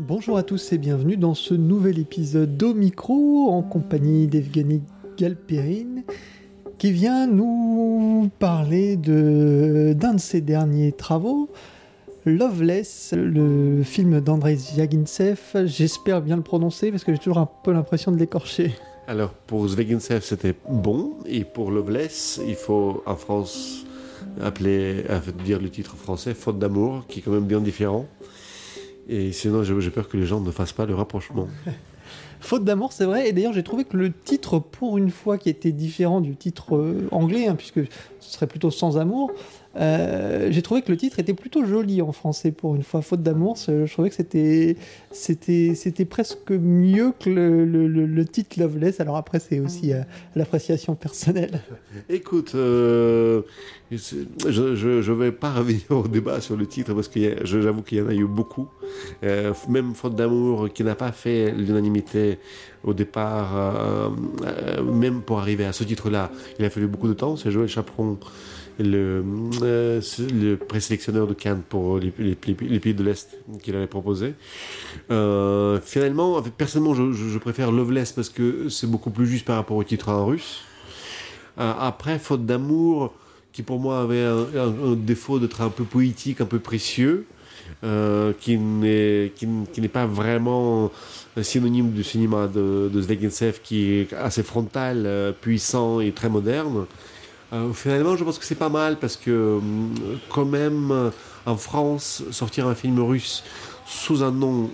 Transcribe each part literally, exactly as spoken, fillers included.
Bonjour à tous et bienvenue dans ce nouvel épisode d'Au-Micro en compagnie d'Evgeny Galperine qui vient nous parler de, d'un de ses derniers travaux, Loveless, le film d'Andrei Zvyagintsev. J'espère bien le prononcer parce que j'ai toujours un peu l'impression de l'écorcher. Alors pour Zvyagintsev c'était bon, et pour Loveless il faut en France appeler, dire le titre français, Faute d'amour, qui est quand même bien différent. Et sinon, j'ai peur que les gens ne fassent pas le rapprochement. Faute d'amour, c'est vrai. Et d'ailleurs, j'ai trouvé que le titre, pour une fois, qui était différent du titre euh, anglais, hein, puisque ce serait plutôt Sans amour, euh, j'ai trouvé que le titre était plutôt joli en français, pour une fois. Faute d'amour, je trouvais que c'était, c'était, c'était presque mieux que le, le, le, le titre Loveless. Alors après, c'est aussi euh, l'appréciation personnelle. Écoute, euh, je ne vais pas revenir au débat sur le titre, parce que j'avoue qu'il y en a eu beaucoup. Euh, même Faute d'amour, qui n'a pas fait l'unanimité au départ, euh, euh, même pour arriver à ce titre-là, il a fallu beaucoup de temps. C'est Joël Chaperon, le, euh, le présélectionneur de Cannes pour les, les, les pays de l'Est, qui l'avait proposé. Euh, finalement, personnellement, je, je préfère Loveless parce que c'est beaucoup plus juste par rapport au titre en russe. Euh, après, Faute d'amour, qui pour moi avait un, un, un défaut d'être un peu poétique, un peu précieux, euh, qui n'est, qui, qui n'est pas vraiment synonyme du cinéma de, de Zvyagintsev, qui est assez frontal, euh, puissant et très moderne. Euh, finalement, je pense que c'est pas mal, parce que quand même, en France, sortir un film russe sous un nom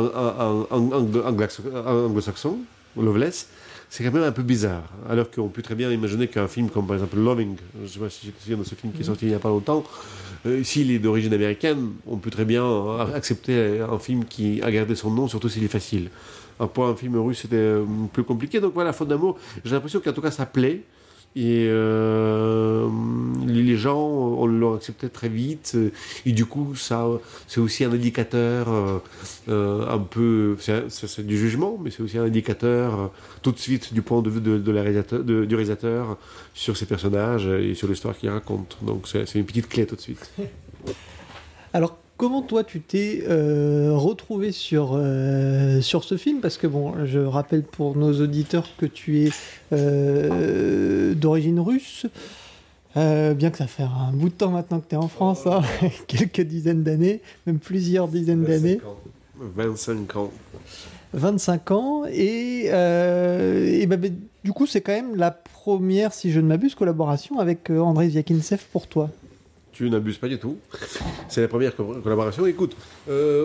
anglo-saxon, Loveless, c'est quand même un peu bizarre. Alors qu'on peut très bien imaginer qu'un film comme par exemple Loving, je ne sais pas si tu te souviens de ce film qui est sorti il n'y a pas longtemps, euh, s'il est d'origine américaine, on peut très bien accepter un film qui a gardé son nom, surtout s'il est facile. Pour un film russe, c'était plus compliqué. Donc voilà, Faute d'amour, j'ai l'impression qu'en tout cas ça plaît. Et euh, les gens, on l'a accepté très vite. Et du coup, ça, c'est aussi un indicateur euh, euh, un peu... C'est, c'est du jugement, mais c'est aussi un indicateur euh, tout de suite du point de vue de, de la réalisateur, de, du réalisateur sur ses personnages et sur l'histoire qu'il raconte. Donc c'est, c'est une petite clé tout de suite. Alors, comment toi tu t'es euh, retrouvé sur, euh, sur ce film? Parce que bon, je rappelle pour nos auditeurs que tu es euh, d'origine russe, euh, bien que ça fait un bout de temps maintenant que tu es en France, hein, quelques dizaines d'années, même plusieurs dizaines d'années. vingt-cinq ans. vingt-cinq ans, et, euh, et bah, bah, du coup c'est quand même la première, si je ne m'abuse, collaboration avec euh, Andrei Zvyagintsev pour toi. Tu n'abuses pas du tout. C'est la première co- collaboration. Écoute, euh,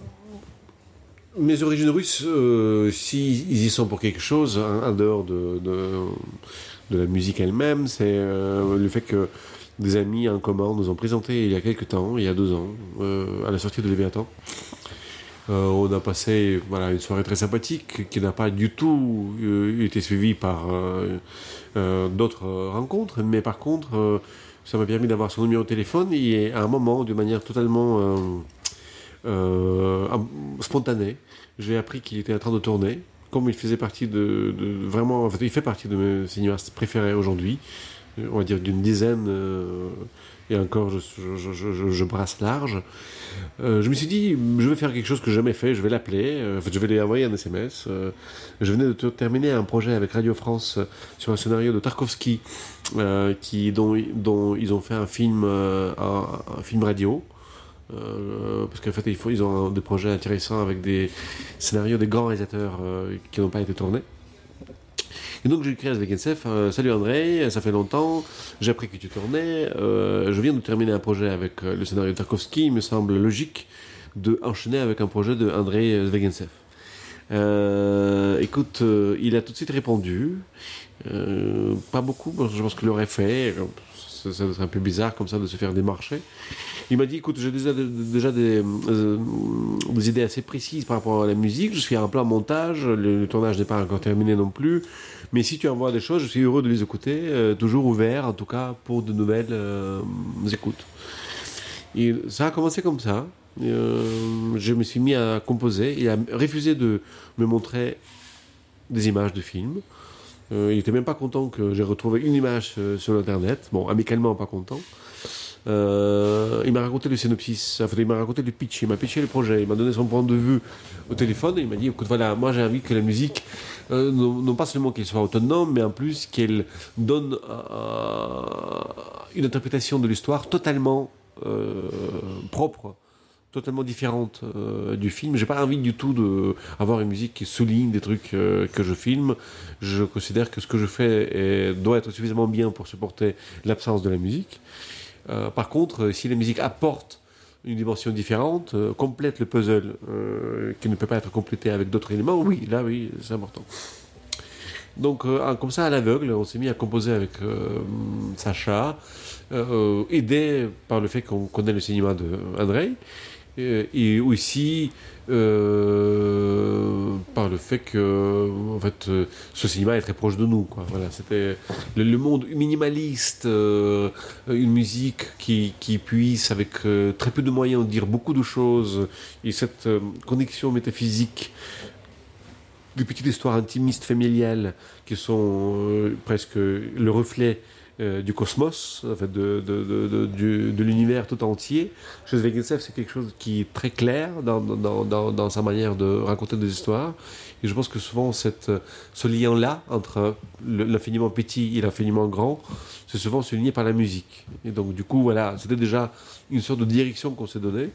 mes origines russes, euh, si ils y sont pour quelque chose, hein, en dehors de, de, de la musique elle-même, c'est euh, le fait que des amis en commun nous ont présenté il y a quelques temps, il y a deux ans, euh, à la sortie de Léviathan. Euh, on a passé voilà, une soirée très sympathique qui n'a pas du tout euh, été suivie par euh, euh, d'autres rencontres, mais par contre... Euh, ça m'a permis d'avoir son numéro de téléphone, et à un moment, de manière totalement euh, euh, spontanée, j'ai appris qu'il était en train de tourner. Comme il faisait partie de, de vraiment, en fait, il fait partie de mes cinéastes préférés aujourd'hui, on va dire d'une dizaine, euh, et encore, je, je, je, je, je brasse large. Euh, je me suis dit, je vais faire quelque chose que j'ai jamais fait, je vais l'appeler, euh, en fait, je vais lui envoyer un S M S. Euh, je venais de t- terminer un projet avec Radio France euh, sur un scénario de Tarkovsky, euh, qui, dont, dont ils ont fait un film, euh, un, un film radio. Euh, parce qu'en fait, il faut, ils ont un, des projets intéressants avec des scénarios des grands réalisateurs euh, qui n'ont pas été tournés. Et donc j'ai écrit à Zvyagintsev, euh, salut Andrei, ça fait longtemps, j'ai appris que tu tournais, euh, je viens de terminer un projet avec euh, le scénario de Tarkovsky, il me semble logique de enchaîner avec un projet de Andrei Zvyagintsev. Euh, écoute, euh, il a tout de suite répondu, euh, pas beaucoup, je pense qu'il l'aurait fait, ça, ça c'est un peu bizarre comme ça de se faire démarcher. Il m'a dit, écoute, j'ai déjà, déjà des, euh, des idées assez précises par rapport à la musique, je suis en plein montage, le, le tournage n'est pas encore terminé non plus, mais si tu envoies des choses, je suis heureux de les écouter, euh, toujours ouvert en tout cas pour de nouvelles euh, écoutes. Et ça a commencé comme ça, et, euh, je me suis mis à composer, il a refusé de me montrer des images de films. Euh, il était même pas content que j'ai retrouvé une image euh, sur l'internet. Bon, amicalement pas content. Euh, il m'a raconté le synopsis, enfin, il m'a raconté le pitch, il m'a pitché le projet, il m'a donné son point de vue au téléphone et il m'a dit écoute voilà, moi j'ai envie que la musique euh, non, non pas seulement qu'elle soit autonome, mais en plus qu'elle donne euh, une interprétation de l'histoire totalement euh, propre, totalement différente euh, du film. J'ai pas envie du tout d'avoir une musique qui souligne des trucs euh, que je filme. Je considère que ce que je fais est, doit être suffisamment bien pour supporter l'absence de la musique. Euh, par contre, si la musique apporte une dimension différente, euh, complète le puzzle euh, qui ne peut pas être complété avec d'autres éléments, oui, là oui, c'est important. Donc, euh, comme ça, à l'aveugle, on s'est mis à composer avec euh, Sacha, euh, aidé par le fait qu'on connaît le cinéma d'Andrei, et aussi euh, par le fait que en fait, euh, ce cinéma est très proche de nous, quoi. Voilà, c'était le, le monde minimaliste, euh, une musique qui, qui puisse avec euh, très peu de moyens dire beaucoup de choses, et cette euh, connexion métaphysique des petites histoires intimistes, familiales, qui sont euh, presque le reflet Euh, du cosmos, en fait, de, de, de, de, de, de l'univers tout entier. Chez Zwegintsev, c'est quelque chose qui est très clair dans, dans, dans, dans sa manière de raconter des histoires. Et je pense que souvent, cette, ce lien-là entre l'infiniment petit et l'infiniment grand, c'est souvent souligné par la musique. Et donc, du coup, voilà, c'était déjà une sorte de direction qu'on s'est donnée.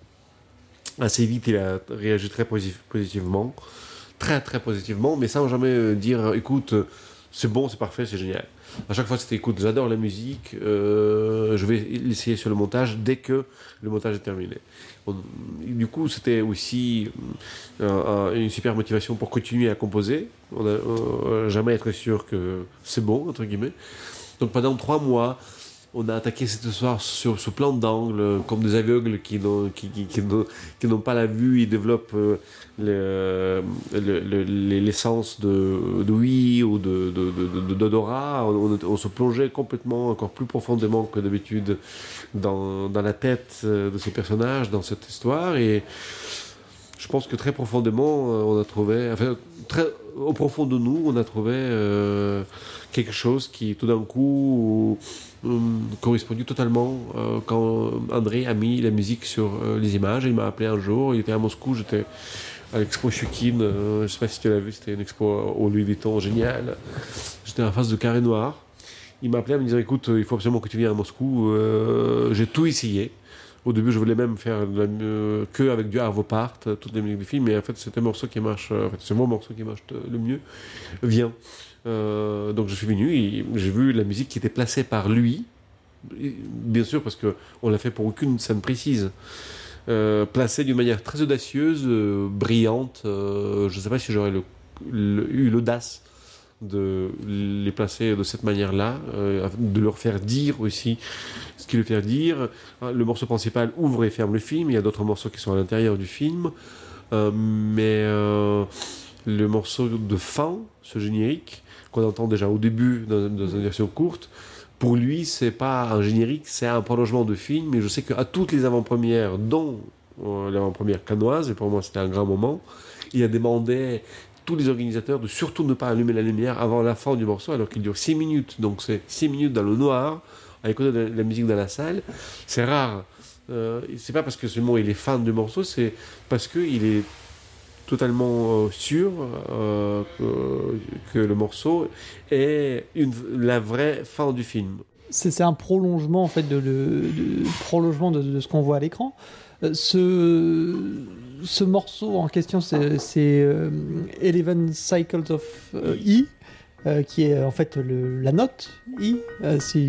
Assez vite, il a réagi très positif, positivement, très très positivement, mais sans jamais dire, écoute, c'est bon, c'est parfait, c'est génial. À chaque fois, c'était écoute, j'adore la musique, euh, je vais l'essayer sur le montage dès que le montage est terminé. On, du coup, c'était aussi euh, une super motivation pour continuer à composer. On a euh, jamais être sûr que c'est bon, entre guillemets. Donc pendant trois mois, on a attaqué cette histoire sur ce plan d'angle, comme des aveugles qui n'ont, qui, qui, qui n'ont, qui n'ont pas la vue, ils développent euh, le, le, le, l'essence de, de oui ou de, de, de, de, d'odorat. On, on se plongeait complètement, encore plus profondément que d'habitude, dans, dans la tête de ces personnages, dans cette histoire. Et je pense que très profondément, on a trouvé, enfin, très au profond de nous, on a trouvé euh, quelque chose qui, tout d'un coup, euh, correspondait totalement euh, quand Andrei a mis la musique sur euh, les images. Il m'a appelé un jour, il était à Moscou, j'étais à l'expo Shukin, euh, je ne sais pas si tu l'as vu, c'était une expo au Louis Vuitton géniale. J'étais en face de Carré Noir. Il m'a appelé en me disant écoute, il faut absolument que tu viennes à Moscou. Euh, j'ai tout essayé. Au début, je voulais même faire la, euh, que avec du Arvo Part, toutes les musiques du film, mais en fait, c'est un morceau qui marche, euh, en fait, c'est mon morceau qui marche le mieux. Viens. Euh, donc, je suis venu et j'ai vu la musique qui était placée par lui, bien sûr, parce qu'on l'a fait pour aucune scène précise, euh, placée d'une manière très audacieuse, euh, brillante. Euh, je ne sais pas si j'aurais le, le, eu l'audace de les placer de cette manière-là, euh, de leur faire dire aussi ce qu'ils leur faire dire. Le morceau principal ouvre et ferme le film, il y a d'autres morceaux qui sont à l'intérieur du film, euh, mais euh, le morceau de fin, ce générique, qu'on entend déjà au début dans, dans une version courte, pour lui, c'est pas un générique, c'est un prolongement de film, et je sais qu'à toutes les avant-premières, dont euh, l'avant-première cannoise, et pour moi c'était un grand moment, il a demandé tous les organisateurs de surtout ne pas allumer la lumière avant la fin du morceau, alors qu'il dure six minutes, donc c'est six minutes dans le noir, à écouter de la musique dans la salle. C'est rare. Euh, c'est pas parce que seulement il est fan du morceau, c'est parce qu'il est totalement euh, sûr euh, que, que le morceau est une, la vraie fin du film. C'est, c'est un prolongement en fait de, de, de prolongement de, de ce qu'on voit à l'écran. Euh, ce, ce morceau en question, c'est, c'est euh, Eleven Cycles of euh, E, euh, qui est en fait le, la note I, euh, si,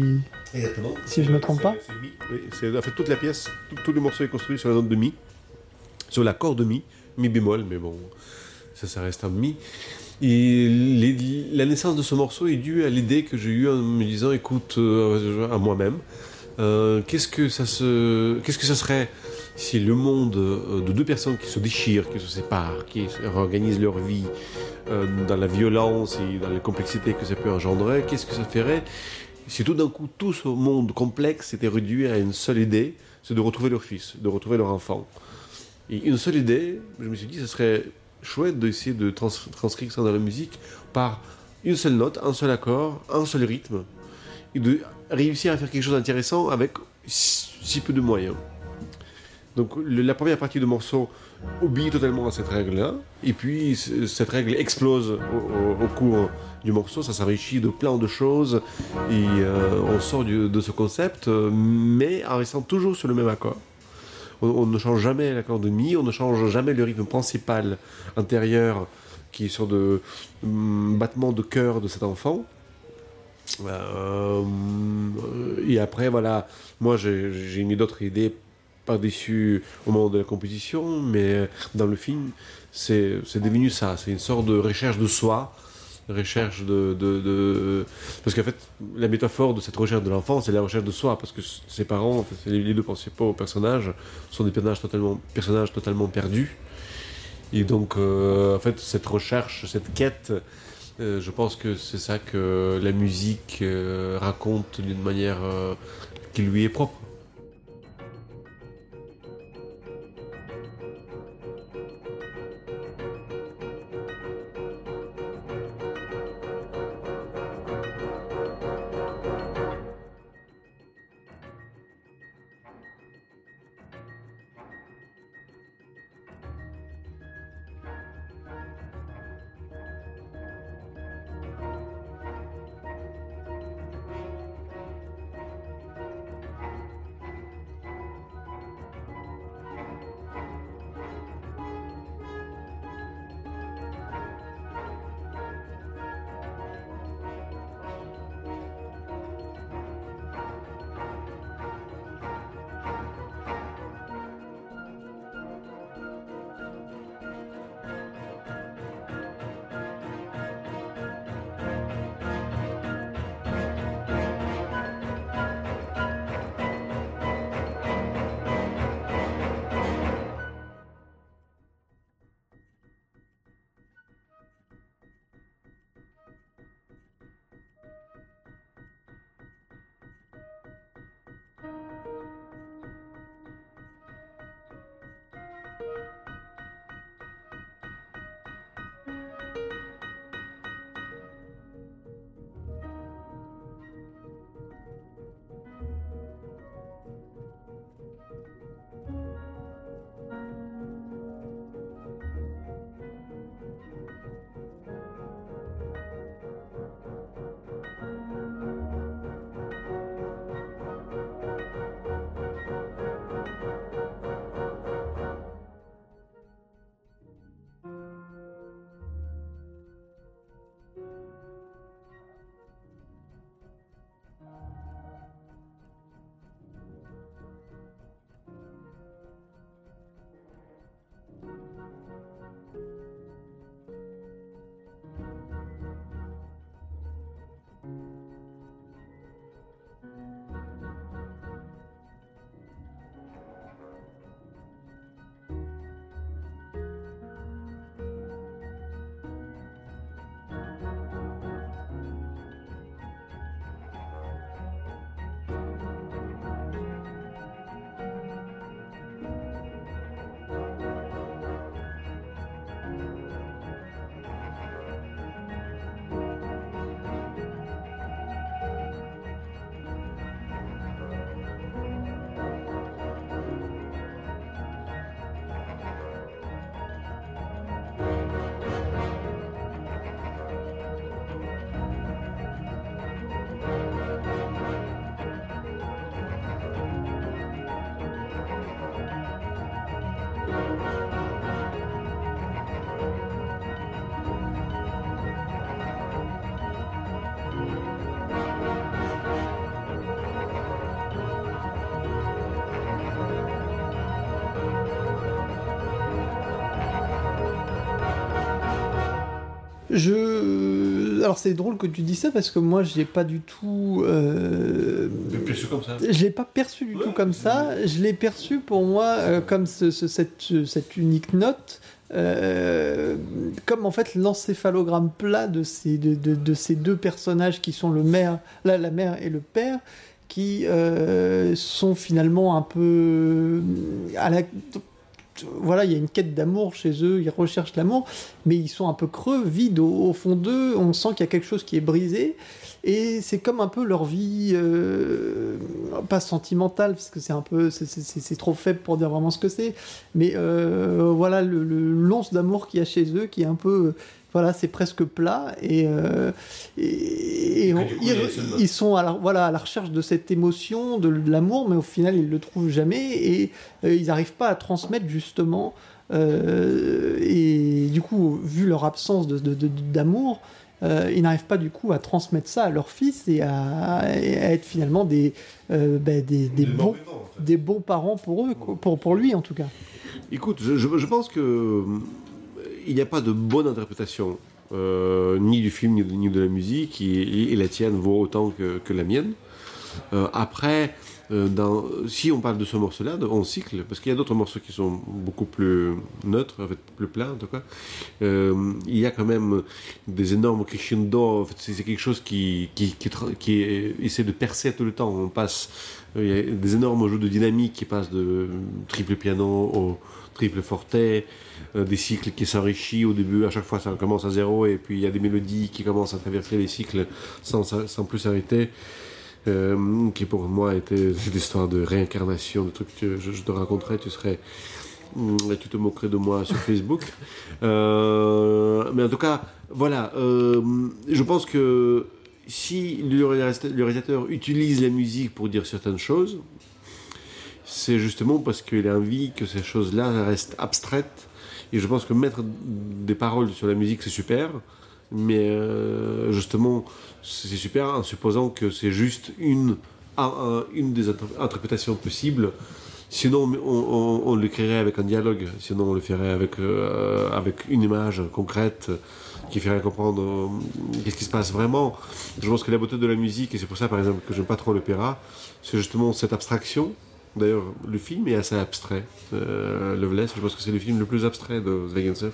si je ne me trompe pas. C'est, c'est Mi. Oui, c'est, en fait, toute la pièce, tout, tout le morceau est construit sur la note de Mi, sur l'accord de Mi, Mi bémol, mais bon, ça, ça reste un Mi. Et les, la naissance de ce morceau est due à l'idée que j'ai eue en me disant, écoute, euh, à moi-même, euh, qu'est-ce que ça se, qu'est-ce que ça serait si le monde euh, de deux personnes qui se déchirent, qui se séparent, qui réorganisent leur vie euh, dans la violence et dans la complexité que ça peut engendrer, qu'est-ce que ça ferait si tout d'un coup tout ce monde complexe était réduit à une seule idée, c'est de retrouver leur fils, de retrouver leur enfant. Et une seule idée, je me suis dit, ce serait chouette d'essayer de trans- transcrire ça dans la musique par une seule note, un seul accord, un seul rythme, et de réussir à faire quelque chose d'intéressant avec si, si peu de moyens. Donc le, la première partie du morceau obéit totalement à cette règle-là, et puis c- cette règle explose au, au, au cours du morceau, ça s'enrichit de plein de choses, et euh, on sort du, de ce concept, euh, mais en restant toujours sur le même accord. On, on ne change jamais l'accord de mi, on ne change jamais le rythme principal intérieur, qui est sur de um, battements de cœur de cet enfant. Euh, et après, voilà, moi j'ai, j'ai mis d'autres idées par-dessus au moment de la composition, mais dans le film, c'est, c'est devenu ça. C'est une sorte de recherche de soi, recherche de, de, de... Parce qu'en fait, la métaphore de cette recherche de l'enfant, c'est la recherche de soi, parce que ses parents, en fait, les deux principaux personnages, sont des personnages totalement, personnages totalement perdus. Et donc, euh, en fait, cette recherche, cette quête, euh, je pense que c'est ça que la musique euh, raconte d'une manière euh, qui lui est propre. Je... Alors c'est drôle que tu dis ça parce que moi je l'ai pas du tout... Euh... Perçu comme ça. Je l'ai pas perçu du ouais, tout comme ça. Je l'ai perçu pour moi euh, comme ce, ce, cette, cette unique note, euh, comme en fait l'encéphalogramme plat de ces, de, de, de ces deux personnages qui sont le mère, là, la mère et le père, qui euh, sont finalement un peu à la... voilà, il y a une quête d'amour chez eux, ils recherchent l'amour, mais ils sont un peu creux, vides au, au fond d'eux, on sent qu'il y a quelque chose qui est brisé, et c'est comme un peu leur vie, euh, pas sentimentale, parce que c'est un peu, c'est, c'est, c'est trop faible pour dire vraiment ce que c'est, mais euh, voilà, le, le, l'once d'amour qu'il y a chez eux, qui est un peu... Voilà, c'est presque plat et, euh, et, et on, coup, ils, ils sont à la, voilà, à la recherche de cette émotion, de, de l'amour, mais au final, ils ne le trouvent jamais et euh, ils n'arrivent pas à transmettre justement. Euh, et du coup, vu leur absence de, de, de, d'amour, euh, ils n'arrivent pas du coup à transmettre ça à leur fils et à, et à être finalement des, euh, bah, des, des, bons, vivants, en fait. Des bons parents pour eux, pour, pour lui en tout cas. Écoute, je, je, je pense que il n'y a pas de bonne interprétation, euh, ni du film, ni de, ni de la musique, et, et, et la tienne vaut autant que, que la mienne. Euh, après, euh, dans, si on parle de ce morceau-là, de onze cycles, parce qu'il y a d'autres morceaux qui sont beaucoup plus neutres, en fait, plus plats en tout cas, euh, il y a quand même des énormes crescendo, en fait, c'est, c'est quelque chose qui, qui, qui, qui, qui essaie de percer tout le temps. On passe, il y a des énormes jeux de dynamique qui passent de triple piano au triple forte, des cycles qui s'enrichissent au début, à chaque fois ça commence à zéro et puis il y a des mélodies qui commencent à traverser les cycles sans, sans plus s'arrêter, euh, qui pour moi était cette histoire de réincarnation, de trucs que je, je te raconterai, tu serais tu te moquerais de moi sur Facebook, euh, mais en tout cas voilà, euh, je pense que si le réalisateur utilise la musique pour dire certaines choses, c'est justement parce qu'il a envie que ces choses-là restent abstraites. Et je pense que mettre des paroles sur la musique, c'est super, mais euh, justement, c'est super en supposant que c'est juste une, un, une des interprétations possibles. Sinon, on, on, on le créerait avec un dialogue, sinon on le ferait avec, euh, avec une image concrète qui ferait comprendre euh, qu'est-ce qui se passe vraiment. Je pense que la beauté de la musique, et c'est pour ça par exemple que j'aime pas trop l'opéra, c'est justement cette abstraction. D'ailleurs, le film est assez abstrait. Euh, Loveless, je pense que c'est le film le plus abstrait de Zvyagintsev,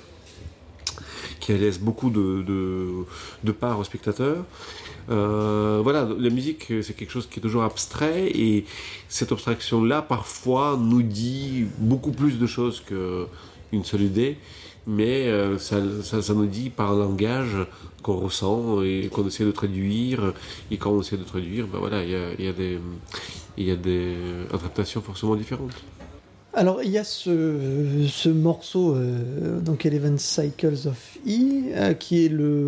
qui laisse beaucoup de, de, de part au spectateur. Euh, voilà, la musique, c'est quelque chose qui est toujours abstrait, et cette abstraction-là, parfois, nous dit beaucoup plus de choses qu'une seule idée, mais euh, ça, ça, ça nous dit par un langage qu'on ressent et qu'on essaie de traduire, et quand on essaie de traduire, ben voilà, il y a, y a des... il y a des interprétations forcément différentes. Alors, il y a ce, ce morceau, euh, donc Eleven Cycles of E, euh, qui est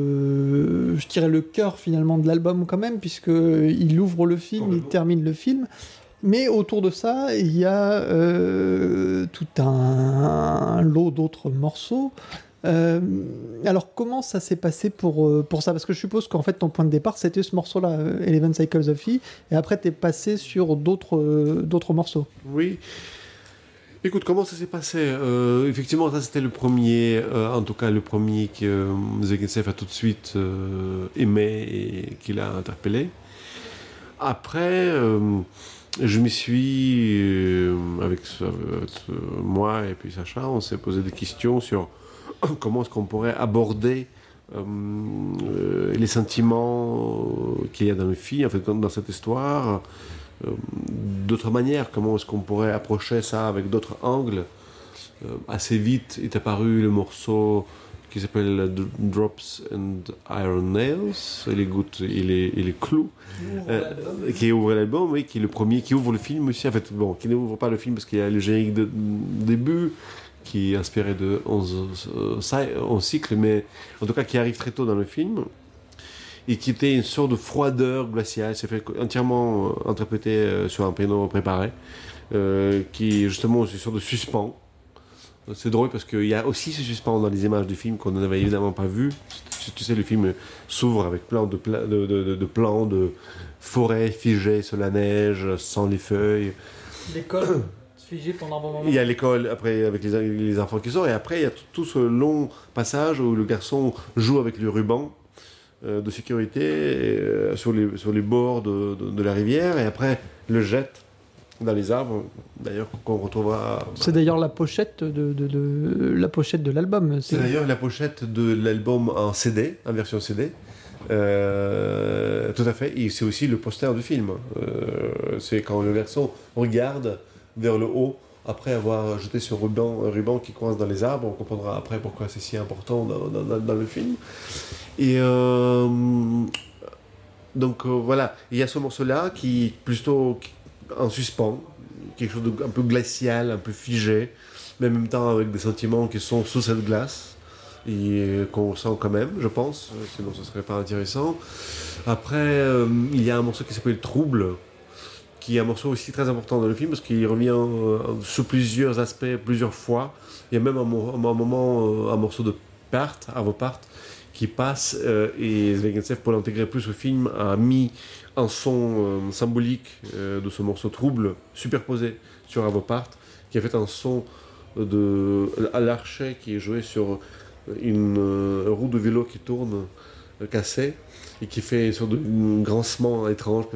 le, je dirais le cœur finalement de l'album quand même, puisqu'il ouvre le film, oh, il termine le film. Mais autour de ça, il y a euh, tout un, un lot d'autres morceaux. Euh, alors, comment ça s'est passé pour, pour ça ? Parce que je suppose qu'en fait, ton point de départ, c'était ce morceau-là, euh, Eleven Cycles of E, et après, tu es passé sur d'autres, euh, d'autres morceaux. Oui. Écoute, comment ça s'est passé ? euh, Effectivement, ça, c'était le premier, euh, en tout cas, le premier que euh, Zvyagintsev a tout de suite euh, aimé et qu'il a interpellé. Après, euh, je me suis, euh, avec, avec moi et puis Sacha, on s'est posé des questions sur comment est-ce qu'on pourrait aborder euh, euh, les sentiments qu'il y a dans le film, en fait, dans cette histoire, euh, d'autres manières, comment est-ce qu'on pourrait approcher ça avec d'autres angles. Euh, assez vite est apparu le morceau qui s'appelle Drops and Iron Nails, et les gouttes et les, et les clous, euh, qui ouvre l'album, oui, qui est le premier, qui ouvre le film aussi, en fait, bon, qui n'ouvre pas le film parce qu'il y a le générique de, de début, qui est inspiré de onze euh, cycles, mais en tout cas qui arrive très tôt dans le film, et qui était une sorte de froideur glaciale, c'est fait entièrement euh, interprété euh, sur un piano préparé, euh, qui est justement une sorte de suspens. C'est drôle parce qu'il y a aussi ce suspens dans les images du film qu'on n'avait évidemment pas vu. Tu, tu sais, le film s'ouvre avec plein de, pla- de, de, de, de plans de forêts figées sur la neige, sans les feuilles. L'école figée pendant un bon moment. Il y a l'école après avec les, les enfants qui sortent, et après il y a tout, tout ce long passage où le garçon joue avec le ruban euh, de sécurité euh, sur, les, sur les bords de, de, de la rivière, et après le jette dans les arbres, d'ailleurs, qu'on retrouvera... C'est d'ailleurs la pochette de, de, de, la pochette de l'album. C'est... c'est d'ailleurs la pochette de l'album en C D, en version C D. Euh, tout à fait, et c'est aussi le poster du film. Euh, c'est quand le garçon regarde vers le haut, après avoir jeté ce ruban, ruban qui coince dans les arbres. On comprendra après pourquoi c'est si important dans, dans, dans le film. Et euh, donc euh, voilà, il y a ce morceau-là qui est plutôt en suspens, quelque chose d'un peu glacial, un peu figé, mais en même temps avec des sentiments qui sont sous cette glace et qu'on sent quand même, je pense, sinon ce serait pas intéressant. Après, euh, il y a un morceau qui s'appelle Trouble, qui est un morceau aussi très important dans le film parce qu'il revient euh, sur plusieurs aspects, plusieurs fois. Il y a même un, un moment, un morceau de Part, Arvo Part, qui passe euh, et Zvegensev, pour l'intégrer plus au film, a mis un son euh, symbolique euh, de ce morceau Trouble superposé sur Arvo Part, qui a fait un son de, à l'archet qui est joué sur une euh, roue de vélo qui tourne euh, cassée et qui fait une sorte de un grincement étrange.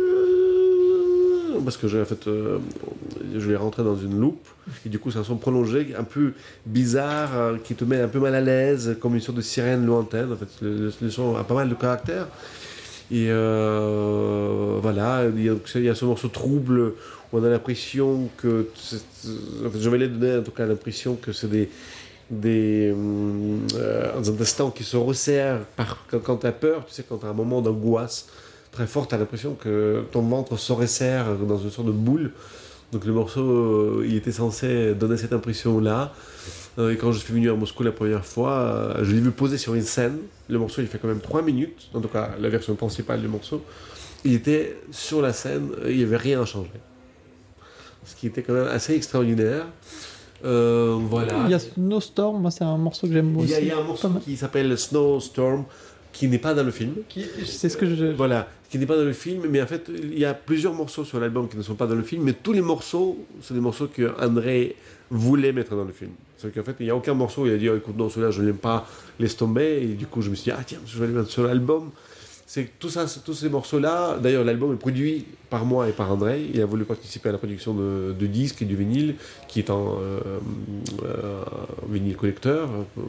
Parce que j'ai, en fait, euh, je l'ai rentré dans une loupe et du coup c'est un son prolongé un peu bizarre euh, qui te met un peu mal à l'aise comme une sorte de sirène lointaine. En fait, le, le son a pas mal de caractère et euh, voilà, il y, a, il y a ce morceau Trouble où on a l'impression que en fait, je vais les donner en tout cas l'impression que c'est des des euh, des instants qui se resserrent par, quand, quand tu as peur, tu sais, quand tu as un moment d'angoisse très forte, tu as l'impression que ton ventre se resserre dans une sorte de boule. Donc le morceau, euh, il était censé donner cette impression-là. Euh, et quand je suis venu à Moscou la première fois, euh, je l'ai vu poser sur une scène. Le morceau, il fait quand même trois minutes, en tout cas la version principale du morceau. Il était sur la scène, il n'y avait rien à changer. Ce qui était quand même assez extraordinaire. Euh, voilà. Il y a Snowstorm, moi c'est un morceau que j'aime aussi. Il y a, il y a un morceau qui s'appelle Snowstorm, qui n'est pas dans le film. Qui, c'est ce que je... Voilà, qui n'est pas dans le film, mais en fait, il y a plusieurs morceaux sur l'album qui ne sont pas dans le film, mais tous les morceaux, c'est des morceaux que André voulait mettre dans le film. C'est qu'en fait, il n'y a aucun morceau où il a dit oh, écoute, non, celui-là, je ne l'aime pas, laisse tomber. Et du coup, je me suis dit ah tiens, je vais le mettre sur l'album. C'est tout ça, tous ces morceaux-là. D'ailleurs, l'album est produit par moi et par André. Il a voulu participer à la production de, de disques et du vinyle, qui est en euh, euh, vinyle collecteur.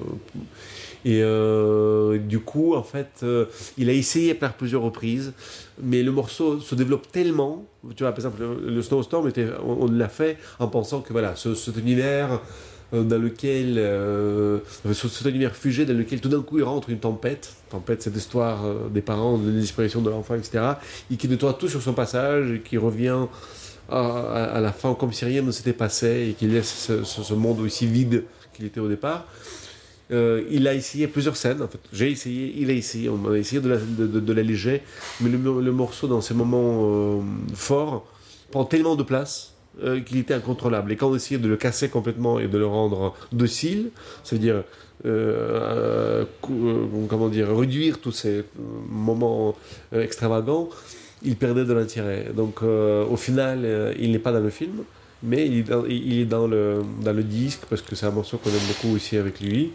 Et euh, du coup, en fait, euh, il a essayé par plusieurs reprises, mais le morceau se développe tellement. Tu vois, par exemple, le, le Snowstorm, était, on, on l'a fait en pensant que voilà, ce, cet univers euh, dans lequel, euh, ce, cet univers fugé dans lequel tout d'un coup il rentre une tempête. Tempête, cette histoire euh, des parents, de la disparition de l'enfant, et cetera. Et qui nettoie tout sur son passage et qui revient à, à, à la fin comme si rien ne s'était passé et qui laisse ce, ce, ce monde aussi vide qu'il était au départ. Euh, il a essayé plusieurs scènes, en fait. J'ai essayé, il a essayé, on a essayé de, la, de, de, de l'alléger, mais le, le morceau, dans ces moments euh, forts, prend tellement de place euh, qu'il était incontrôlable. Et quand on essayait de le casser complètement et de le rendre docile, c'est-à-dire, euh, euh, comment dire, réduire tous ces moments euh, extravagants, il perdait de l'intérêt. Donc, euh, au final, euh, il n'est pas dans le film. Mais il est, dans, il est dans, le, dans le disque parce que c'est un morceau qu'on aime beaucoup aussi avec lui.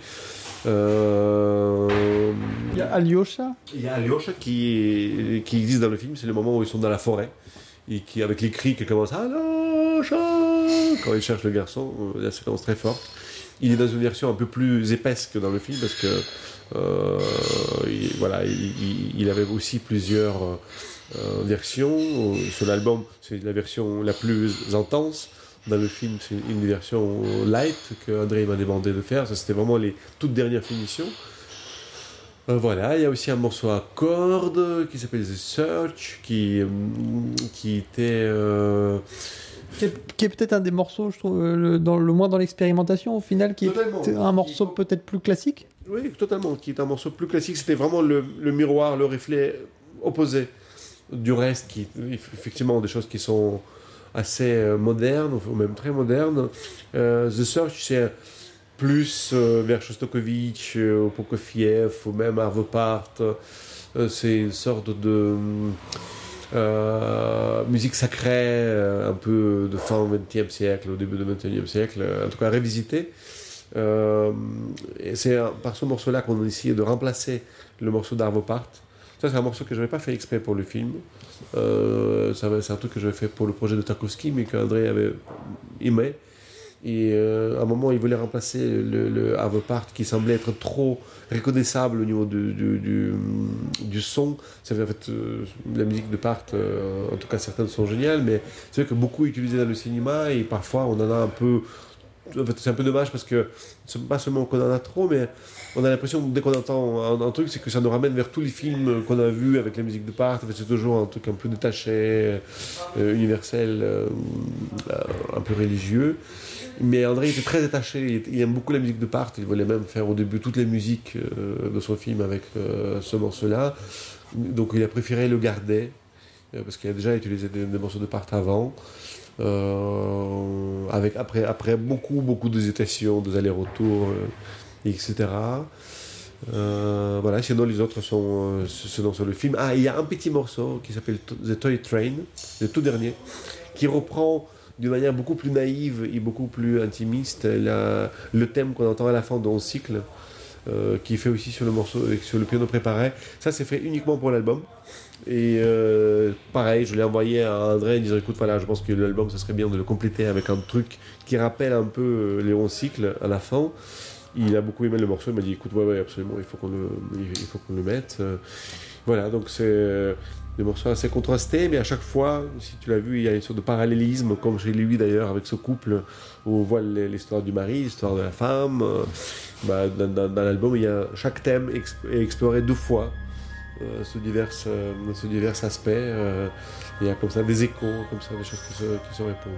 Euh... Il y a Alyosha. Il y a Alyosha qui, qui existe dans le film. C'est le moment où ils sont dans la forêt et qui, avec les cris qui commencent Alyosha quand ils cherchent le garçon. La séquence très forte. Il est dans une version un peu plus épaisse que dans le film parce que euh, il, voilà, il, il, il avait aussi plusieurs Euh, version. Sur l'album, c'est la version la plus intense. Dans le film, c'est une version light que André m'a demandé de faire. Ça, c'était vraiment les toutes dernières finitions. Euh, voilà, il y a aussi un morceau à cordes qui s'appelle The Search, qui, qui était... Euh... Qui est, qui est peut-être un des morceaux, je trouve, le, dans, le moins dans l'expérimentation, au final, qui totalement. est un morceau qui... peut-être plus classique. Oui, totalement, qui est un morceau plus classique. C'était vraiment le, le miroir, le reflet opposé du reste, qui effectivement des choses qui sont assez euh, modernes, ou même très modernes. Euh, The Search, c'est plus euh, vers Shostakovich, euh, Prokofiev, ou même Arvo Part. Euh, c'est une sorte de euh, musique sacrée, euh, un peu de fin vingtième siècle, au début du vingt et unième siècle, en tout cas révisité. Euh, et c'est par ce morceau-là qu'on a essayé de remplacer le morceau d'Arvo Part. Ça, c'est un morceau que je n'avais pas fait exprès pour le film. Euh, ça, c'est un truc que j'avais fait pour le projet de Tarkovsky, mais qu'André avait aimé. Et euh, à un moment, il voulait remplacer le, le Have a Part qui semblait être trop reconnaissable au niveau du, du, du, du son. C'est en fait euh, la musique de Part, euh, en tout cas certaines sont géniales, mais c'est vrai que beaucoup utilisées dans le cinéma et parfois on en a un peu. En fait, c'est un peu dommage parce que c'est pas seulement qu'on en a trop, mais on a l'impression que dès qu'on entend un, un truc, c'est que ça nous ramène vers tous les films qu'on a vus avec la musique de Part. En fait, c'est toujours un truc un peu détaché, euh, universel, euh, un peu religieux. Mais André était très attaché, il aime beaucoup la musique de Part, il voulait même faire au début toutes les musiques euh, de son film avec euh, ce morceau-là. Donc il a préféré le garder, euh, parce qu'il a déjà utilisé des, des morceaux de Part avant. Euh, avec, après, après beaucoup, beaucoup d'hésitations, des allers-retours, euh, et cetera. Euh, voilà, sinon les autres sont, euh, sont sur le film. Ah, il y a un petit morceau qui s'appelle The Toy Train, le tout dernier, qui reprend d'une manière beaucoup plus naïve et beaucoup plus intimiste la, le thème qu'on entend à la fin de onze cycles, euh, qui est fait aussi sur le morceau, sur le piano préparé. Ça, c'est fait uniquement pour l'album. Et euh, pareil, je l'ai envoyé à André en disant écoute, voilà, je pense que l'album, ça serait bien de le compléter avec un truc qui rappelle un peu les onze cycles à la fin. Il a beaucoup aimé le morceau, il m'a dit écoute, ouais, ouais, absolument, il faut qu'on le, il faut qu'on le mette. Euh, voilà, donc c'est des morceaux assez contrastés, mais à chaque fois, si tu l'as vu, il y a une sorte de parallélisme, comme chez lui d'ailleurs, avec ce couple où on voit l'histoire du mari, l'histoire de la femme. Euh, bah, dans, dans, dans l'album, il y a chaque thème exp- est exploré deux fois. Euh, sous, divers, euh, sous divers aspects. Euh, il y a comme ça des échos, comme ça, des choses qui se, qui se répondent.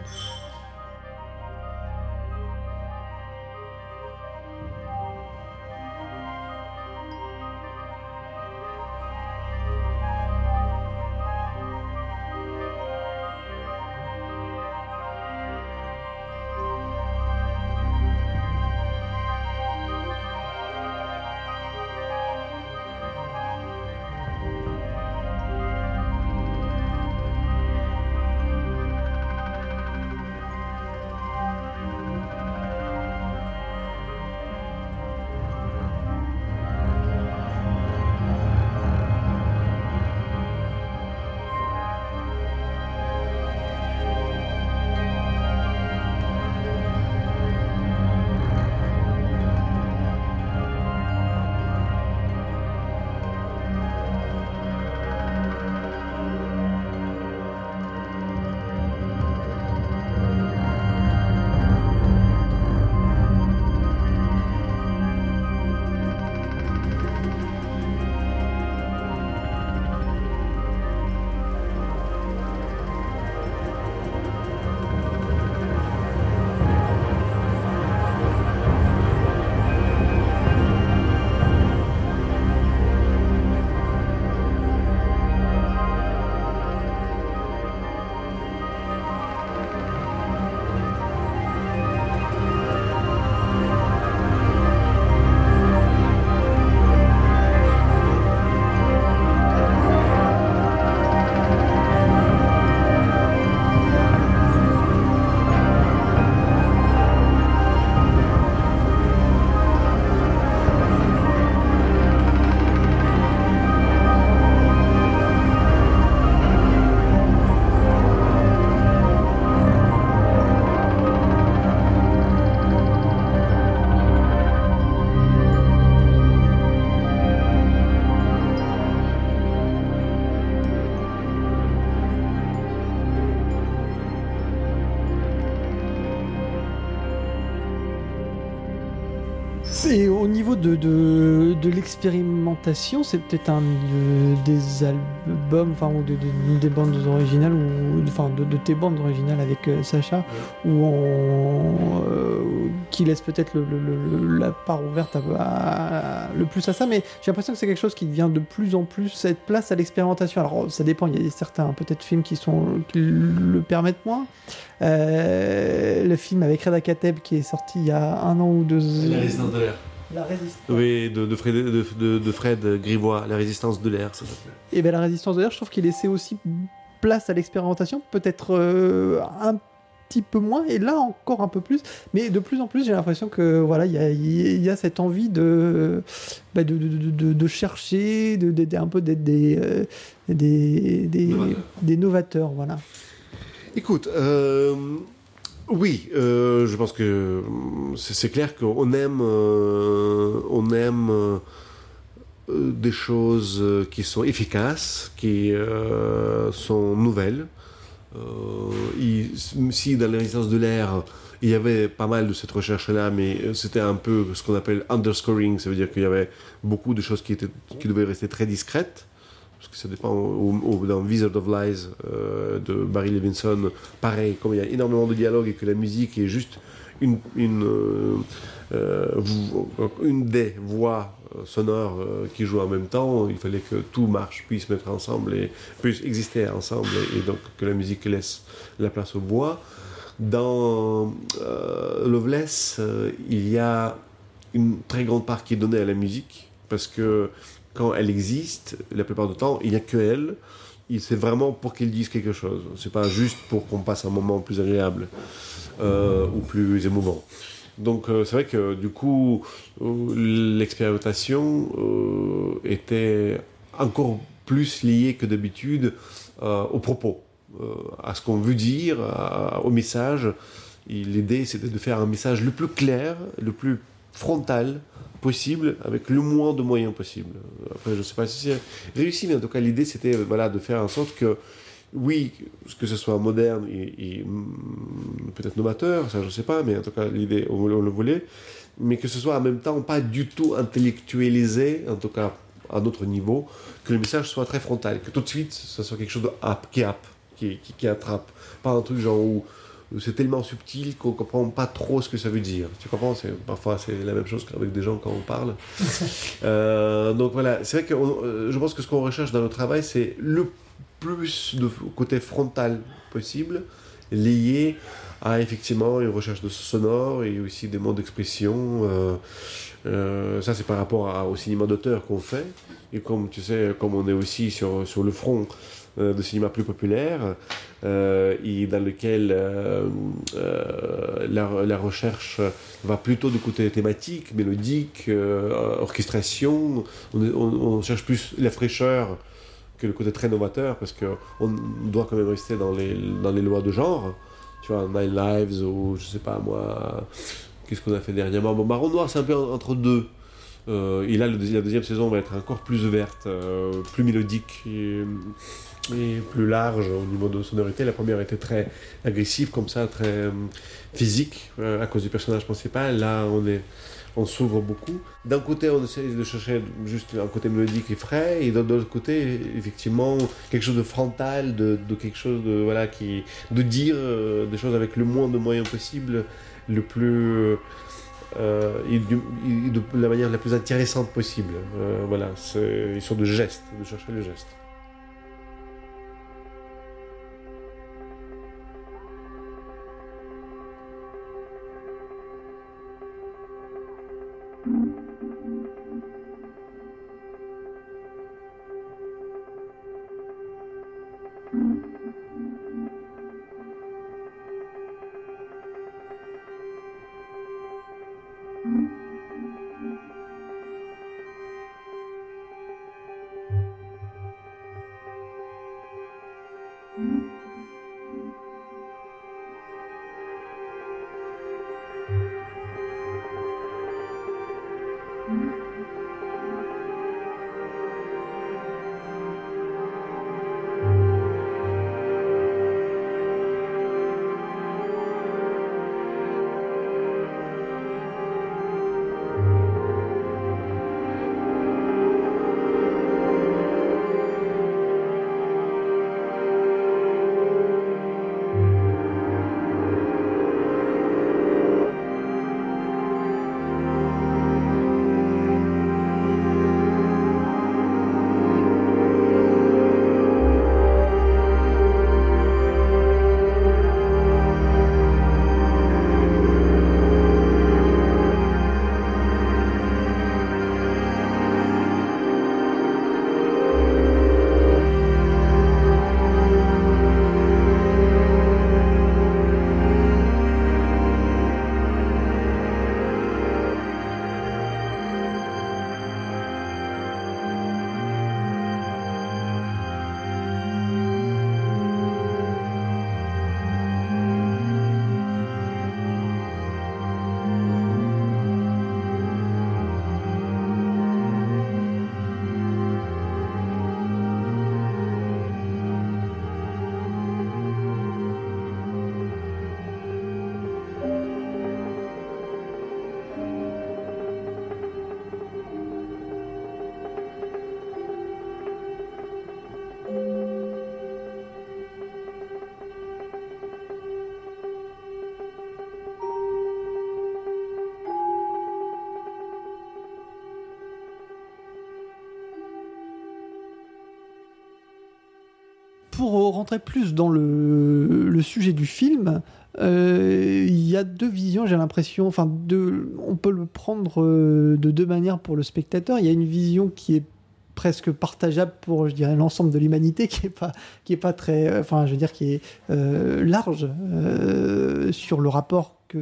Et au niveau de, de, de l'expérimentation, c'est peut-être un de, des albums, enfin, ou de, de, des bandes originales, ou enfin de, de tes bandes originales avec euh, Sacha, ouais. où on, euh, qui laisse peut-être le, le, le, la part ouverte à, à, à, le plus à ça, mais j'ai l'impression que c'est quelque chose qui devient de plus en plus cette place à l'expérimentation. Alors ça dépend, il y a certains peut-être films qui, sont, qui le permettent moins. Euh, le film avec Reda Kateb qui est sorti il y a un an ou deux. La Résistance de l'air. La résistance. Oui, de, de, Fred, de, de, de Fred Grivois, La Résistance de l'air, ça s'appelle. Et bien la Résistance de l'air, je trouve qu'il laissait aussi place à l'expérimentation, peut-être euh, un petit peu moins, et là encore un peu plus, mais de plus en plus j'ai l'impression que voilà, il y a, y a cette envie de, bah de, de, de, de chercher, de, de, de, un peu d'être des, euh, des, des, novateurs. des novateurs, voilà. Écoute, euh, Oui, euh, je pense que hum, c'est, c'est clair qu'on aime, euh, on aime euh, des choses euh, qui sont efficaces, qui euh, sont nouvelles. Euh, il- si dans les résistances de l'air, il y avait pas mal de cette recherche-là, mais c'était un peu ce qu'on appelle underscoring, ça veut dire qu'il y avait beaucoup de choses qui, étaient, qui devaient rester très discrètes. Parce que ça dépend, au, au, dans Wizard of Lies euh, de Barry Levinson, pareil, comme il y a énormément de dialogue et que la musique est juste une, une, euh, euh, une des voix sonores euh, qui jouent en même temps, il fallait que tout marche, puisse mettre ensemble et puisse exister ensemble, et, et donc que la musique laisse la place aux voix. Dans euh, Loveless, euh, il y a une très grande part qui est donnée à la musique, parce que quand elle existe, la plupart du temps, il n'y a que elle. C'est vraiment pour qu'elle dise quelque chose. C'est pas juste pour qu'on passe un moment plus agréable euh, ou plus émouvant. Donc euh, c'est vrai que du coup, euh, l'expérimentation euh, était encore plus liée que d'habitude euh, aux propos, euh, à ce qu'on veut dire, à, au message. Et l'idée, c'était de faire un message le plus clair, le plus frontal possible, avec le moins de moyens possible. Après, je ne sais pas si c'est réussi, mais en tout cas, l'idée, c'était voilà, de faire en sorte que, oui, que ce soit moderne et, et peut-être novateur, ça, je ne sais pas, mais en tout cas, l'idée, on, on le voulait, mais que ce soit en même temps pas du tout intellectualisé, en tout cas, à notre niveau, que le message soit très frontal, que tout de suite, ce soit quelque chose de happe, qui happe, qui, qui, qui attrape. Pas un truc genre où c'est tellement subtil qu'on ne comprend pas trop ce que ça veut dire. Tu comprends, c'est, parfois, c'est la même chose qu'avec des gens quand on parle. euh, donc voilà, c'est vrai que on, je pense que ce qu'on recherche dans le travail, c'est le plus de côté frontal possible, lié à effectivement une recherche de sonore et aussi des modes d'expression. Euh, euh, ça, c'est par rapport à, au cinéma d'auteur qu'on fait. Et comme tu sais, comme on est aussi sur, sur le front euh, de cinéma plus populaire, euh, et dans lequel euh, euh, la, la recherche va plutôt du côté thématique, mélodique, euh, orchestration. On, on, on cherche plus la fraîcheur que le côté très novateur, parce qu'on doit quand même rester dans les, dans les lois de genre. Tu vois, Nine Lives ou je sais pas moi, qu'est-ce qu'on a fait dernièrement. Bon, Baron Noir, c'est un peu entre deux. Euh, et là, le, la deuxième saison va être encore plus verte, euh, plus mélodique et, et plus large au niveau de sonorité. La première était très agressive, comme ça, très euh, physique, euh, à cause du personnage principal. Là, on est. On s'ouvre beaucoup. D'un côté, on essaie de chercher juste un côté mélodique et frais, et de l'autre côté, effectivement, quelque chose de frontal, de, de quelque chose de voilà, qui, de dire euh, des choses avec le moins de moyens possible, le plus euh, et, du, et de la manière la plus intéressante possible. Euh, voilà, c'est une sorte de geste, de chercher le geste. pour rentrer plus dans le, le sujet du film, euh, il y a deux visions, j'ai l'impression. Enfin, deux, on peut le prendre euh, de deux manières pour le spectateur. Il y a une vision qui est presque partageable pour, je dirais, l'ensemble de l'humanité, qui est pas, qui est pas très, enfin, je veux dire, qui est euh, large euh, sur le rapport que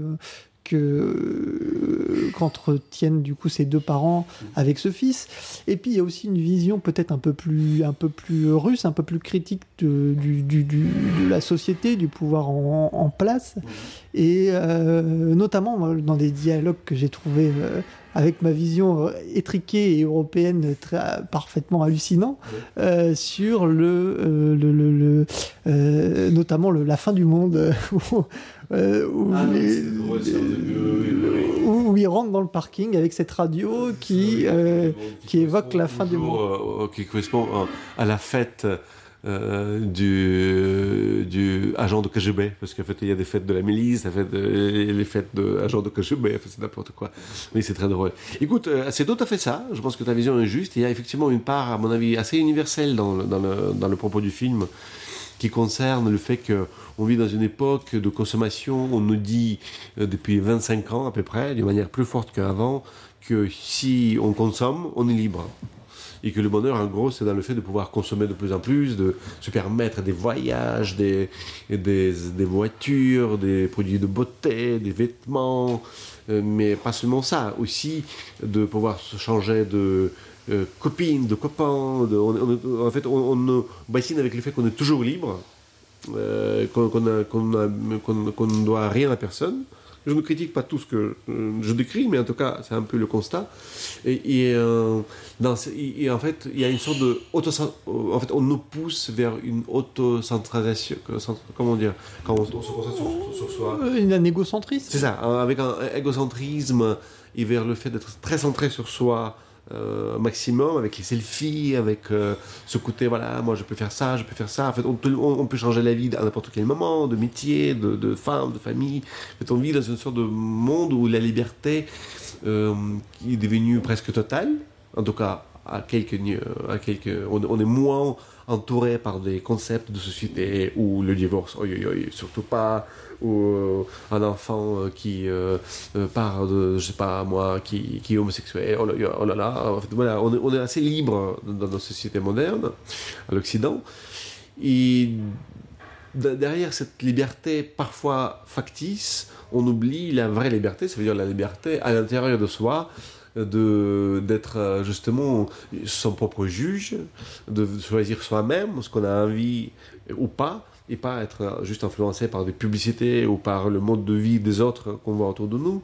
que qu'entretiennent du coup ces deux parents avec ce fils. Et puis il y a aussi une vision peut-être un peu plus un peu plus russe, un peu plus critique de, du, du, du, de la société, du pouvoir en, en place, et euh, notamment dans des dialogues que j'ai trouvés euh, avec ma vision étriquée et européenne très, parfaitement hallucinant, euh, sur le, euh, le, le, le euh, notamment le, la fin du monde, où, euh, où, ah, les, non, les, où, où ils rentrent dans le parking avec cette radio qui, euh, qui, qui évoque la fin du monde. Euh, qui correspond à la fête Euh, du, du agent de K G B, parce qu'en fait il y a des fêtes de la milice, fête de, les fêtes d'agents de K G B, en fait, c'est n'importe quoi. Oui, c'est très drôle. Écoute, euh, c'est tout à fait ça, je pense que ta vision est juste. Il y a effectivement une part, à mon avis, assez universelle dans le, dans le, dans le propos du film, qui concerne le fait qu'on vit dans une époque de consommation. On nous dit euh, depuis vingt-cinq ans à peu près, d'une manière plus forte qu'avant, que si on consomme, on est libre. Et que le bonheur, en gros, c'est dans le fait de pouvoir consommer de plus en plus, de se permettre des voyages, des, des, des voitures, des produits de beauté, des vêtements, euh, mais pas seulement ça, aussi de pouvoir se changer de euh, copine, de copain. De, on, on, en fait, on, on bassine avec le fait qu'on est toujours libre, euh, qu'on, qu'on, a, qu'on, a, qu'on, qu'on ne doit rien à personne. Je ne critique pas tout ce que euh, je décris, mais en tout cas, c'est un peu le constat. Et, et, euh, dans, et, et en fait, il y a une sorte de... Auto, en fait, on nous pousse vers une autocentration. Comment dire? Quand on, on se concentre sur, sur soi. Un égocentrisme. C'est ça, avec un égocentrisme et vers le fait d'être très centré sur soi, Euh, maximum, avec les selfies, avec euh, ce côté, voilà, moi je peux faire ça, je peux faire ça. En fait, on peut, on, on peut changer la vie à n'importe quel moment, de métier, de, de femme, de famille. En fait, on vit dans une sorte de monde où la liberté euh, est devenue presque totale, en tout cas à quelques, à quelques on, on est moins entouré par des concepts de société où le divorce, oi, oi, oi, surtout pas, ou euh, un enfant qui euh, part de, je sais pas moi, qui, qui est homosexuel, oh là, oh là là. En fait, voilà, on est, on est assez libre dans nos sociétés modernes, à l'Occident. Et derrière cette liberté parfois factice, on oublie la vraie liberté, ça veut dire la liberté à l'intérieur de soi, de, d'être justement son propre juge, de choisir soi-même ce qu'on a envie ou pas, et pas être juste influencé par des publicités ou par le mode de vie des autres qu'on voit autour de nous,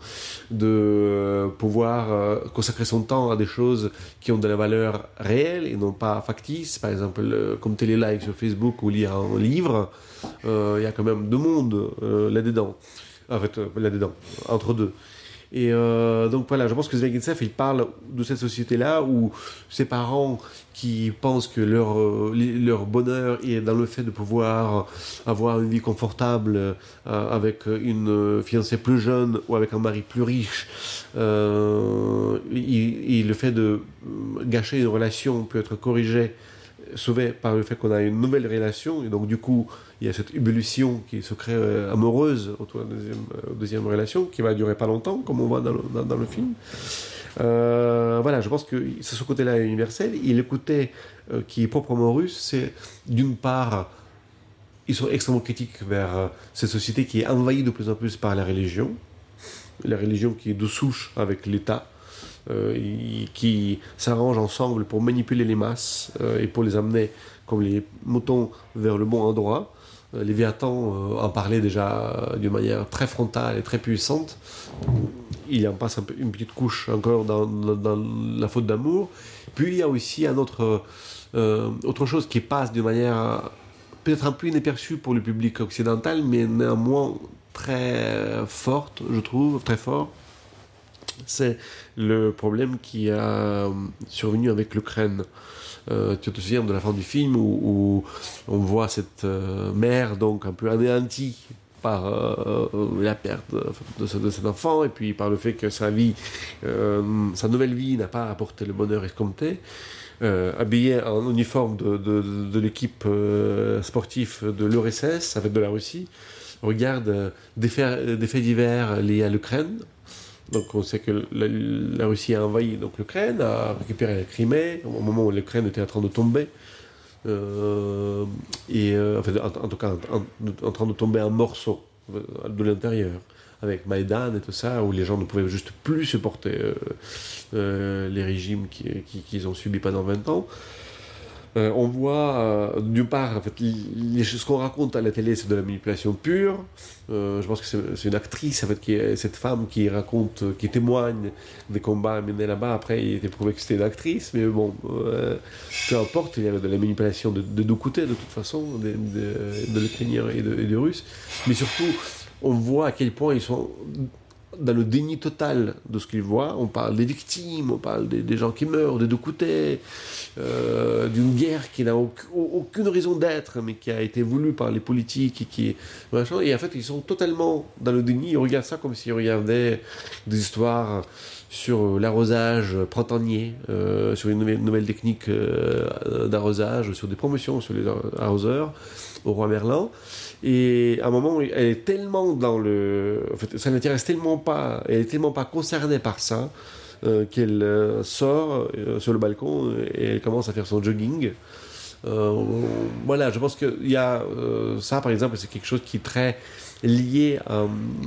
de pouvoir consacrer son temps à des choses qui ont de la valeur réelle et non pas factice, par exemple comme télé-like sur Facebook ou lire un livre, il euh, y a quand même deux mondes euh, là-dedans, en fait euh, là-dedans, entre deux. Et euh, donc voilà, je pense que Zvyagintsev, il parle de cette société-là où ces parents qui pensent que leur, euh, leur bonheur est dans le fait de pouvoir avoir une vie confortable euh, avec une fiancée plus jeune ou avec un mari plus riche, euh, et, et le fait de gâcher une relation peut être corrigé, sauvé par le fait qu'on a une nouvelle relation, et donc du coup il y a cette ébullition qui se crée euh, amoureuse autour de la deuxième, euh, deuxième relation qui va durer pas longtemps comme on voit dans le, dans, dans le film. Euh, voilà, je pense que c'est ce côté-là universel. Et le côté euh, qui est proprement russe, c'est d'une part ils sont extrêmement critiques vers euh, cette société qui est envahie de plus en plus par la religion, la religion qui est de souche avec l'État, Euh, qui s'arrangent ensemble pour manipuler les masses euh, et pour les amener comme les moutons vers le bon endroit. Euh, Léviathan euh, en parlait déjà euh, d'une manière très frontale et très puissante. Il en passe un peu, une petite couche encore dans, dans, dans la faute d'amour. Puis il y a aussi un autre, euh, autre chose qui passe d'une manière peut-être un peu inaperçue pour le public occidental, mais néanmoins très forte, je trouve, très fort. C'est le problème qui a survenu avec l'Ukraine. Euh, tu te souviens de la fin du film où, où on voit cette euh, mère donc un peu anéantie par euh, la perte de, de, ce, de cet enfant et puis par le fait que sa vie, euh, sa nouvelle vie n'a pas apporté le bonheur escompté. euh, habillé en uniforme de, de, de l'équipe euh, sportive de l'U R S S, avec de la Russie, regarde euh, des, faits, des faits divers liés à l'Ukraine. Donc on sait que la, la Russie a envahi donc, l'Ukraine, a récupéré la Crimée, au moment où l'Ukraine était en train de tomber. Euh, et euh, enfin, en, en tout cas en, en, en train de tomber en morceaux de l'intérieur, avec Maïdan et tout ça, où les gens ne pouvaient juste plus supporter euh, euh, les régimes qu'ils qui, qui ont subis pendant vingt ans. Euh, on voit, euh, d'une part, en fait, les, ce qu'on raconte à la télé, c'est de la manipulation pure. Euh, je pense que c'est, c'est une actrice, en fait, qui est, cette femme qui raconte, qui témoigne des combats menés là-bas. Après, il était prouvé que c'était une actrice, mais bon, euh, peu importe, il y avait de la manipulation de, de deux côtés, de toute façon, de, de, de l'Ukrainien et de, et de Russes. Mais surtout, on voit à quel point ils sont dans le déni total de ce qu'ils voient. On parle des victimes, on parle des, des gens qui meurent, des deux côtés, euh, d'une guerre qui n'a aucune, aucune raison d'être, mais qui a été voulue par les politiques et qui machin. Et en fait, ils sont totalement dans le déni. Ils regardent ça comme s'ils regardaient des histoires sur l'arrosage printanier, euh, sur une nouvelle, nouvelle technique euh, d'arrosage, sur des promotions sur les arroseurs au Roi Merlin. Et à un moment, elle est tellement dans le... En fait, ça l'intéresse tellement pas, elle est tellement pas concernée par ça, euh, qu'elle euh, sort euh, sur le balcon et elle commence à faire son jogging. Euh, voilà, je pense qu'il y a euh, ça, par exemple, c'est quelque chose qui est très lié à,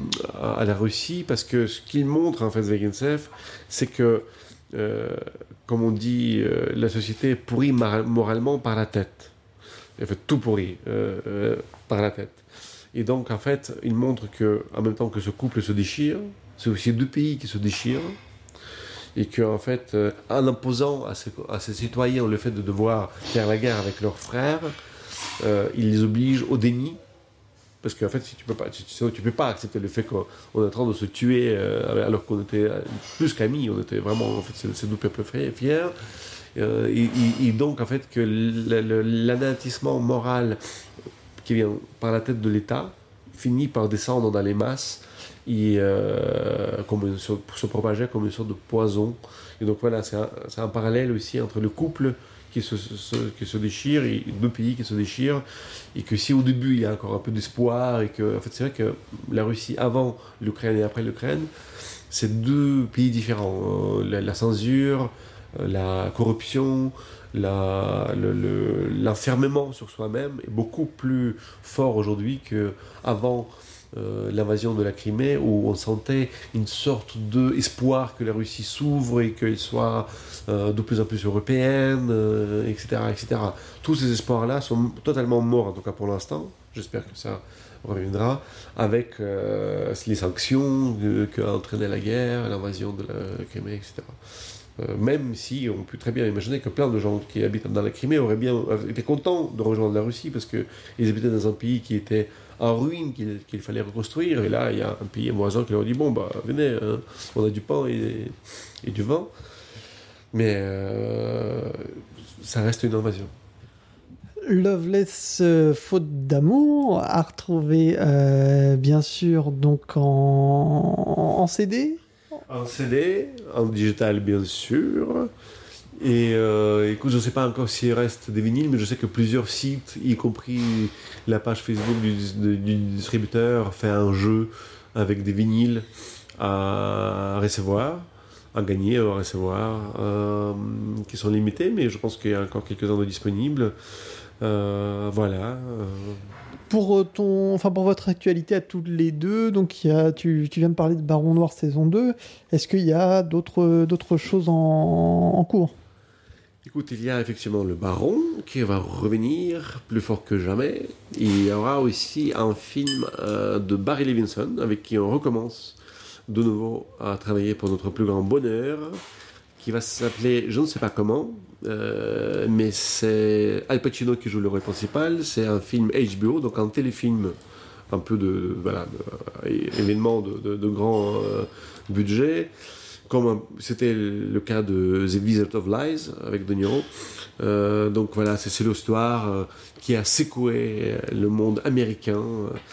à la Russie, parce que ce qu'il montre, en fait, Zvyagintsev, c'est que, euh, comme on dit, euh, la société est pourrie mar- moralement par la tête. Elle fait tout pourri euh, euh, par la tête. Et donc, en fait, il montre que, en même temps que ce couple se déchire, c'est aussi deux pays qui se déchirent, et qu'en fait, euh, en imposant à ses, à ses citoyens le fait de devoir faire la guerre avec leurs frères, euh, il les oblige au déni. Parce qu'en fait, si tu peux pas, tu, tu peux pas accepter le fait qu'on est en train de se tuer euh, alors qu'on était plus qu'amis, on était vraiment, en fait, c'est, c'est deux peuples fiers. Euh, et, et donc, en fait, que le, le, l'anéantissement moral qui vient par la tête de l'État finit par descendre dans les masses et euh, comme une, se, se propager comme une sorte de poison. Et donc voilà, c'est un, c'est un parallèle aussi entre le couple qui se, se, qui se déchire et deux pays qui se déchirent, et que si au début il y a encore un peu d'espoir, et que en fait c'est vrai que la Russie avant l'Ukraine et après l'Ukraine, c'est deux pays différents. La, la censure, la corruption, la, le, le, l'enfermement sur soi-même est beaucoup plus fort aujourd'hui qu'avant euh, l'invasion de la Crimée, où on sentait une sorte d'espoir que la Russie s'ouvre et qu'elle soit euh, de plus en plus européenne, euh, et cetera, et cetera. Tous ces espoirs-là sont totalement morts, en tout cas pour l'instant. J'espère que ça reviendra avec euh, les sanctions euh, qu'a entraîné la guerre, l'invasion de la Crimée, et cetera. Euh, même si on peut très bien imaginer que plein de gens qui habitent dans la Crimée auraient bien été contents de rejoindre la Russie, parce qu'ils habitaient dans un pays qui était en ruine, qu'il, qu'il fallait reconstruire, et là il y a un pays voisin qui leur dit bon bah venez, hein, on a du pain et, et du vin, mais euh, ça reste une invasion. Loveless, euh, faute d'amour, à retrouver euh, bien sûr donc en, en C D. En C D, en digital bien sûr. Et euh, écoute, je ne sais pas encore s'il reste des vinyles, mais je sais que plusieurs sites, y compris la page Facebook du, du distributeur, fait un jeu avec des vinyles à recevoir, à gagner, à recevoir, euh, qui sont limités, mais je pense qu'il y a encore quelques-uns de disponibles. Euh, voilà. Euh. Pour, ton, enfin pour votre actualité à toutes les deux, donc il y a, tu, tu viens de parler de Baron Noir saison deux, est-ce qu'il y a d'autres, d'autres choses en, en cours ? Écoute, il y a effectivement le Baron qui va revenir plus fort que jamais. Il y aura aussi un film euh, de Barry Levinson avec qui on recommence de nouveau à travailler pour notre plus grand bonheur, qui va s'appeler je ne sais pas comment, euh, mais c'est Al Pacino qui joue le rôle principal. C'est un film H B O, donc un téléfilm un peu de, voilà, de, événement de, de, de grand euh, budget, comme un, c'était le cas de The Wizard of Lies avec De Niro. Euh, donc voilà, c'est, c'est l'histoire euh, qui a secoué le monde américain,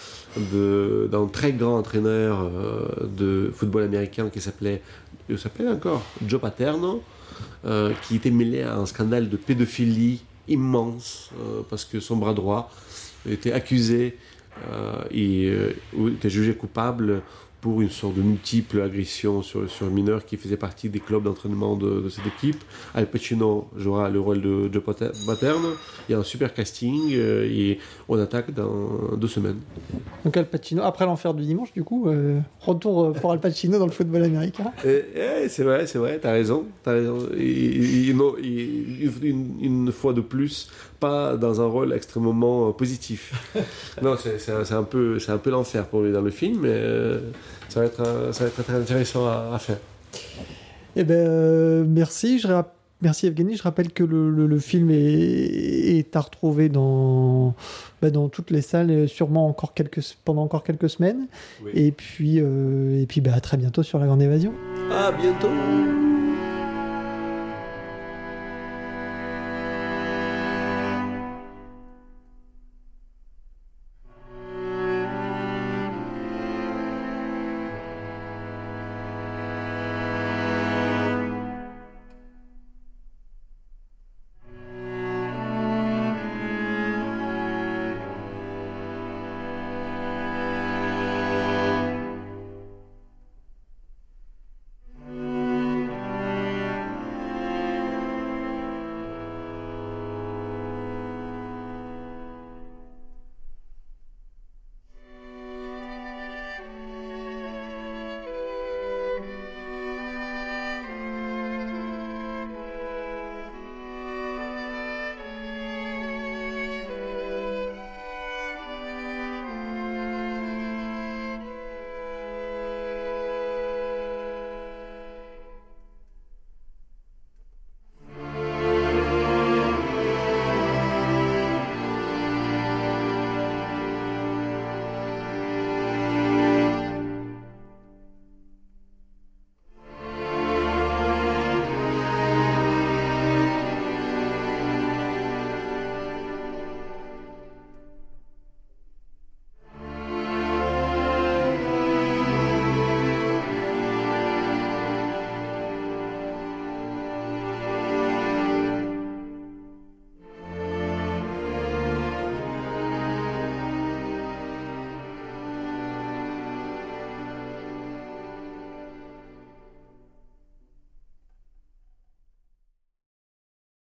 de, d'un très grand entraîneur euh, de football américain qui s'appelait, il s'appelle encore Joe Paterno, euh, qui était mêlé à un scandale de pédophilie immense, euh, parce que son bras droit était accusé euh, et euh, était jugé coupable pour une sorte de multiple agression sur, sur un mineur qui faisait partie des clubs d'entraînement de, de cette équipe. Al Pacino jouera le rôle de Joe Paterno. Il y a un super casting euh, et on attaque dans deux semaines. Donc Al Pacino, après l'enfer du dimanche, du coup, euh, retour pour Al Pacino dans le football américain. Et, et, c'est vrai, c'est vrai, t'as raison. T'as raison. Et, et, non, et, une, une fois de plus, pas dans un rôle extrêmement positif. Non, c'est, c'est, c'est, un peu, c'est un peu l'enfer pour lui dans le film, mais euh, ça, va être un, ça va être très intéressant à, à faire. Eh ben, euh, merci. Je rap- merci Evgeny. Je rappelle que le, le, le film est, est à retrouver dans, bah, dans toutes les salles, sûrement encore quelques, pendant encore quelques semaines. Oui. Et puis, euh, et puis bah, à très bientôt sur La Grande Évasion. À bientôt.